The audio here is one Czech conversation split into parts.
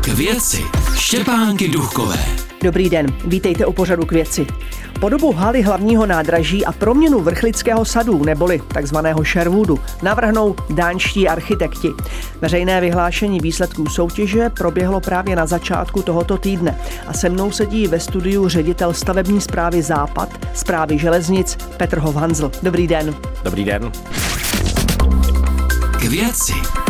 K věci Štěpánky Duchkové. Dobrý den, vítejte u pořadu K věci. Podobu haly hlavního nádraží a proměnu Vrchlického sadu neboli takzvaného Sherwoodu navrhnou dánští architekti. Veřejné vyhlášení výsledků soutěže proběhlo právě na začátku tohoto týdne a se mnou sedí ve studiu ředitel stavební správy Západ, správy železnic Petr Hovhanzl. Dobrý den. Dobrý den. K věci.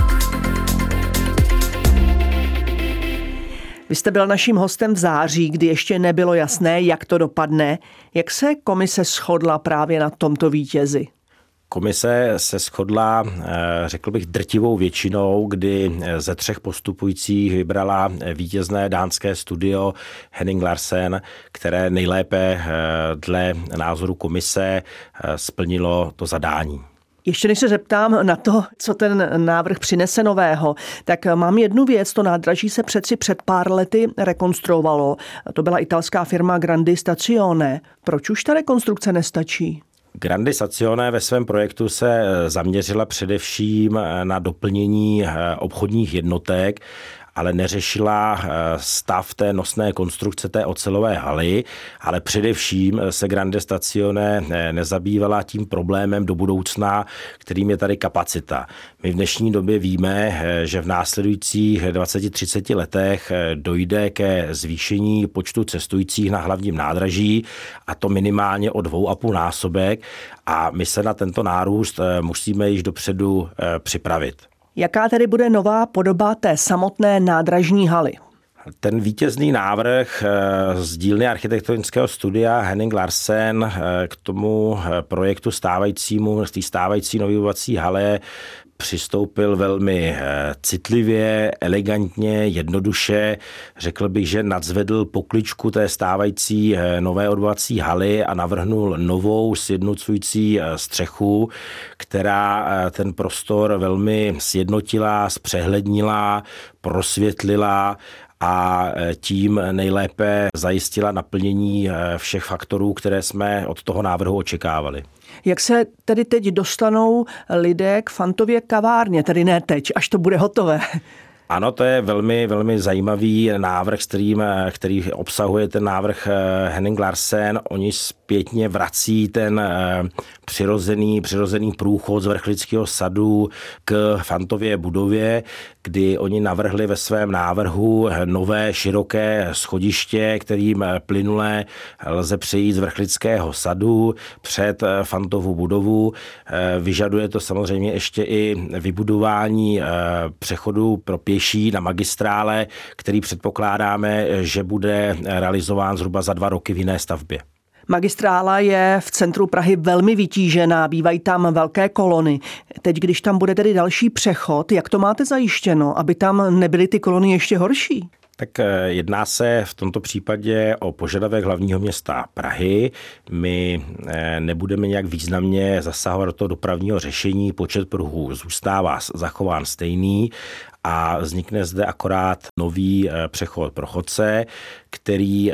Vy jste byl naším hostem v září, kdy ještě nebylo jasné, jak to dopadne. Jak se komise shodla právě na tomto vítězi? Komise se shodla, řekl bych, drtivou většinou, kdy ze 3 postupujících vybrala vítězné dánské studio Henning Larsen, které nejlépe dle názoru komise splnilo to zadání. Ještě než se zeptám na to, co ten návrh přinese nového, tak mám jednu věc. To nádraží se před pár lety rekonstruovalo. To byla italská firma Grandi Stazione. Proč už ta rekonstrukce nestačí? Grandi Stazione ve svém projektu se zaměřila především na doplnění obchodních jednotek, ale neřešila stav té nosné konstrukce té ocelové haly, ale především se Grandi Stazione nezabývala tím problémem do budoucna, kterým je tady kapacita. My v dnešní době víme, že v následujících 20-30 letech dojde ke zvýšení počtu cestujících na hlavním nádraží, a to minimálně o 2,5 násobek, a my se na tento nárůst musíme již dopředu připravit. Jaká tedy bude nová podoba té samotné nádražní haly? Ten vítězný návrh z dílny architektonického studia Henning Larsen k tomu projektu stávajícímu, z té stávající novovací hale přistoupil velmi citlivě, elegantně, jednoduše. Řekl bych, že nadzvedl pokličku té stávající nové odvovací haly a navrhnul novou sjednocující střechu, která ten prostor velmi sjednotila, zpřehlednila, prosvětlila a tím nejlépe zajistila naplnění všech faktorů, které jsme od toho návrhu očekávali. Jak se tedy teď dostanou lidé k Fantově kavárně, tedy ne teď, až to bude hotové? Ano, to je velmi, velmi zajímavý návrh, který obsahuje ten návrh Henning Larsen. Oni zpětně vrací ten přirozený průchod z Vrchlického sadu k Fantově budově, kdy oni navrhli ve svém návrhu nové široké schodiště, kterým plynule lze přejít z Vrchlického sadu před Fantovu budovu. Vyžaduje to samozřejmě ještě i vybudování přechodu pro pěší na magistrále, který předpokládáme, že bude realizován zhruba za 2 roky v jiné stavbě. Magistrála je v centru Prahy velmi vytížená, bývají tam velké kolony. Teď, když tam bude tedy další přechod, jak to máte zajištěno, aby tam nebyly ty kolony ještě horší? Tak jedná se v tomto případě o požadavek hlavního města Prahy. My nebudeme nějak významně zasahovat do toho dopravního řešení, počet pruhů zůstává zachován stejný a vznikne zde akorát nový přechod pro chodce, který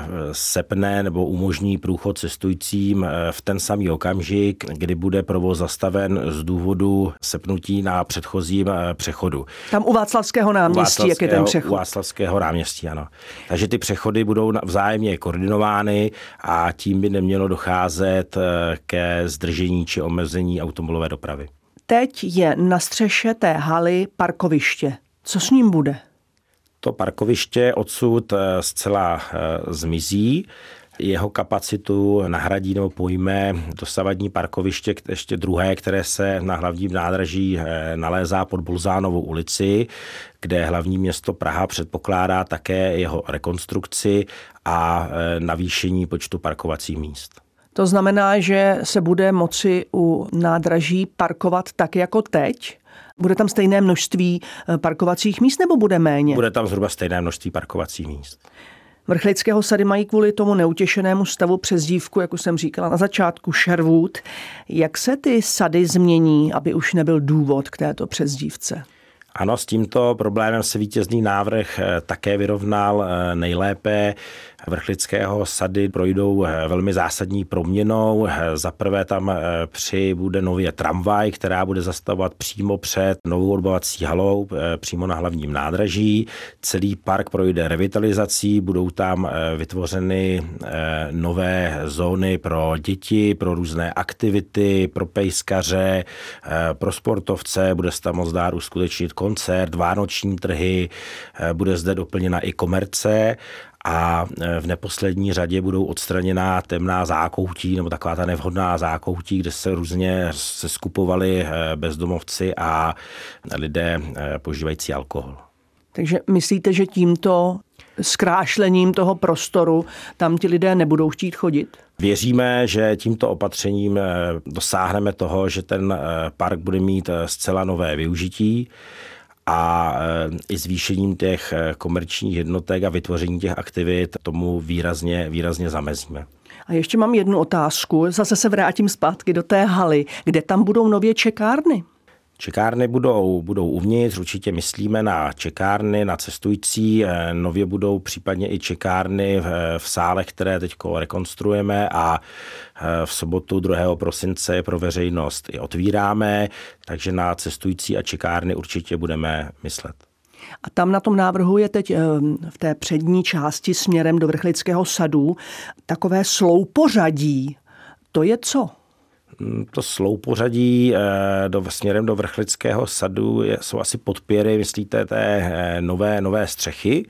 sepne nebo umožní průchod cestujícím v ten samý okamžik, kdy bude provoz zastaven z důvodu sepnutí na předchozím přechodu. Tam u Václavského náměstí, jak je ten přechod? U Václavského náměstí, ano. Takže ty přechody budou vzájemně koordinovány a tím by nemělo docházet ke zdržení či omezení automobilové dopravy. Teď je na střeše té haly parkoviště. Co s ním bude? To parkoviště odsud zcela zmizí. Jeho kapacitu nahradí nebo pojme dosavadní parkoviště, ještě druhé, které se na hlavním nádraží nalézá pod Bolzánovou ulici, kde hlavní město Praha předpokládá také jeho rekonstrukci a navýšení počtu parkovacích míst. To znamená, že se bude moci u nádraží parkovat tak jako teď? Bude tam stejné množství parkovacích míst nebo bude méně? Bude tam zhruba stejné množství parkovacích míst. Vrchlického sady mají kvůli tomu neutěšenému stavu přezdívku, jak už jsem říkala na začátku, Sherwood. Jak se ty sady změní, aby už nebyl důvod k této přezdívce? Ano, s tímto problémem se vítězný návrh také vyrovnal nejlépe. Vrchlického sady projdou velmi zásadní proměnou. Za prvé tam přibude nově tramvaj, která bude zastavovat přímo před novou odbavovací halou, přímo na hlavním nádraží. Celý park projde revitalizací, budou tam vytvořeny nové zóny pro děti, pro různé aktivity, pro pejskaře, pro sportovce, bude se tam moct dát uskutečnit koncert, vánoční trhy, bude zde doplněna i komerce a v neposlední řadě budou odstraněná temná zákoutí nebo taková ta nevhodná zákoutí, kde se různě seskupovali bezdomovci a lidé požívající alkohol. Takže myslíte, že tímto zkrášlením toho prostoru tam ti lidé nebudou chtít chodit? Věříme, že tímto opatřením dosáhneme toho, že ten park bude mít zcela nové využití a i zvýšením těch komerčních jednotek a vytvoření těch aktivit tomu výrazně zamezíme. A ještě mám jednu otázku. Zase se vrátím zpátky do té haly. Kde tam budou nově čekárny? Čekárny budou uvnitř, určitě myslíme na čekárny, na cestující, nově budou případně i čekárny v sálech, které teď rekonstruujeme a v sobotu 2. prosince je pro veřejnost i otvíráme, takže na cestující a čekárny určitě budeme myslet. A tam na tom návrhu je teď v té přední části směrem do Vrchlického sadu takové sloupořadí. To je co? To sloupořadí směrem do Vrchlického sadu jsou asi podpěry, myslíte, té nové střechy.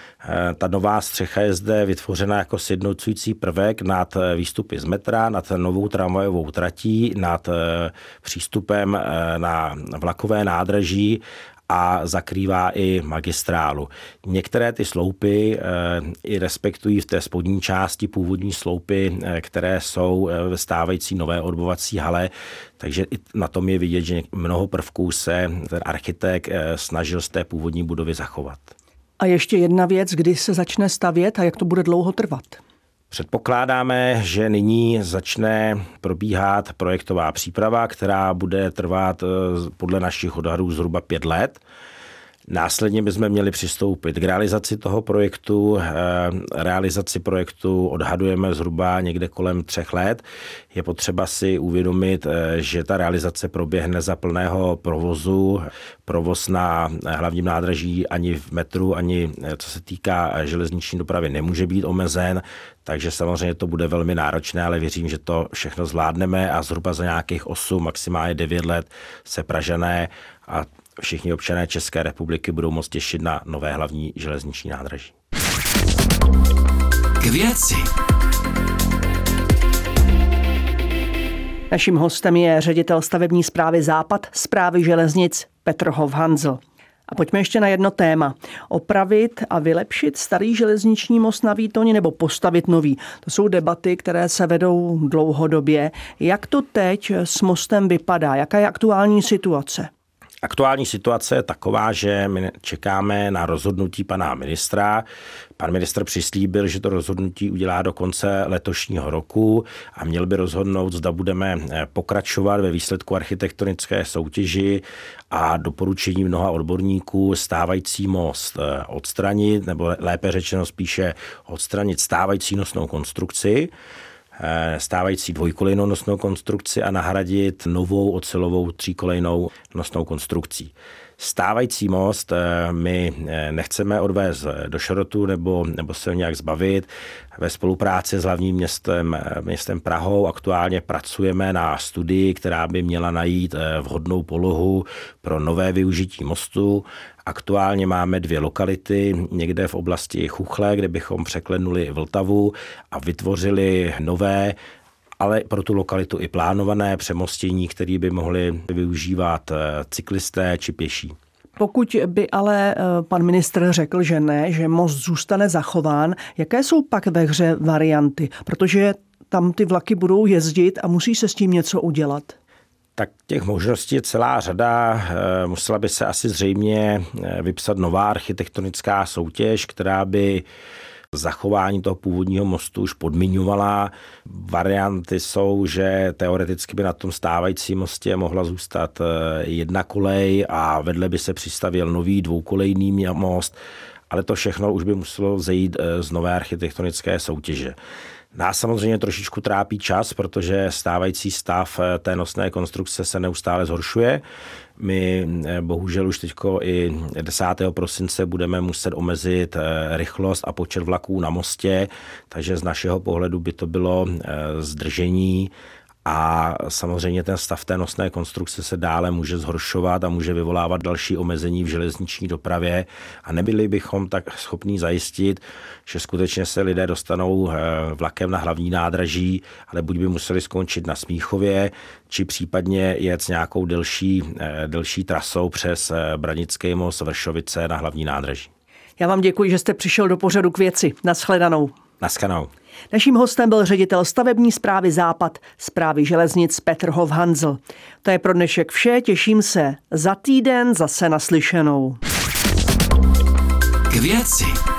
Ta nová střecha je zde vytvořena jako sjednocující prvek nad výstupy z metra, nad novou tramvajovou tratí, nad přístupem na vlakové nádraží a zakrývá i magistrálu. Některé ty sloupy i respektují v té spodní části původní sloupy, které jsou ve stávající nové odbovací hale, takže i na tom je vidět, že mnoho prvků se ten architekt snažil z té původní budovy zachovat. A ještě jedna věc, kdy se začne stavět a jak to bude dlouho trvat? Předpokládáme, že nyní začne probíhat projektová příprava, která bude trvat podle našich odhadů zhruba 5 let. Následně bychom měli přistoupit k realizaci toho projektu. Realizaci projektu odhadujeme zhruba někde kolem 3 let. Je potřeba si uvědomit, že ta realizace proběhne za plného provozu. Provoz na hlavním nádraží ani v metru, ani co se týká železniční dopravy nemůže být omezen, takže samozřejmě to bude velmi náročné, ale věřím, že to všechno zvládneme a zhruba za nějakých 8, maximálně 9 let se Pražané a všichni občané České republiky budou moct těšit na nové hlavní železniční nádraží. K věci. Naším hostem je ředitel stavební správy Západ Správy železnic Petr Hofhanzl. A pojďme ještě na jedno téma. Opravit a vylepšit starý železniční most na Výtoni nebo postavit nový. To jsou debaty, které se vedou dlouhodobě. Jak to teď s mostem vypadá? Jaká je aktuální situace? Aktuální situace je taková, že my čekáme na rozhodnutí pana ministra. Pan ministr přislíbil, že to rozhodnutí udělá do konce letošního roku a měl by rozhodnout, zda budeme pokračovat ve výsledku architektonické soutěži a doporučení mnoha odborníků stávající most odstranit, nebo lépe řečeno spíše odstranit stávající nosnou konstrukci, stávající dvojkolejnou nosnou konstrukci a nahradit novou ocelovou 3kolejnou nosnou konstrukcí. Stávající most my nechceme odvést do šrotu nebo se ho nějak zbavit. Ve spolupráci s hlavním městem Prahou aktuálně pracujeme na studii, která by měla najít vhodnou polohu pro nové využití mostu. Aktuálně máme 2 lokality, někde v oblasti Chuchle, kde bychom překlenuli Vltavu a vytvořili nové, ale pro tu lokalitu i plánované přemostění, které by mohli využívat cyklisté či pěší. Pokud by ale pan ministr řekl, že ne, že most zůstane zachován, jaké jsou pak ve hře varianty? Protože tam ty vlaky budou jezdit a musí se s tím něco udělat. Tak těch možností je celá řada. Musela by se asi zřejmě vypsat nová architektonická soutěž, která by zachování toho původního mostu už podmiňovala. Varianty jsou, že teoreticky by na tom stávajícím mostě mohla zůstat jedna kolej a vedle by se přistavěl nový dvoukolejný most, ale to všechno už by muselo vzejít z nové architektonické soutěže. Nás samozřejmě trošičku trápí čas, protože stávající stav té nosné konstrukce se neustále zhoršuje. My bohužel už teďko i 10. prosince budeme muset omezit rychlost a počet vlaků na mostě, takže z našeho pohledu by to bylo zdržení. A samozřejmě ten stav té nosné konstrukce se dále může zhoršovat a může vyvolávat další omezení v železniční dopravě a nebyli bychom tak schopní zajistit, že skutečně se lidé dostanou vlakem na hlavní nádraží, ale buď by museli skončit na Smíchově, či případně jet s nějakou delší trasou přes Branický most, Vršovice na hlavní nádraží. Já vám děkuji, že jste přišel do pořadu K věci. Naschledanou. Naschledanou. Naším hostem byl ředitel stavební správy Západ, správy železnic Petr Hofhanzl. To je pro dnešek vše, těším se za týden zase naslyšenou. K věci.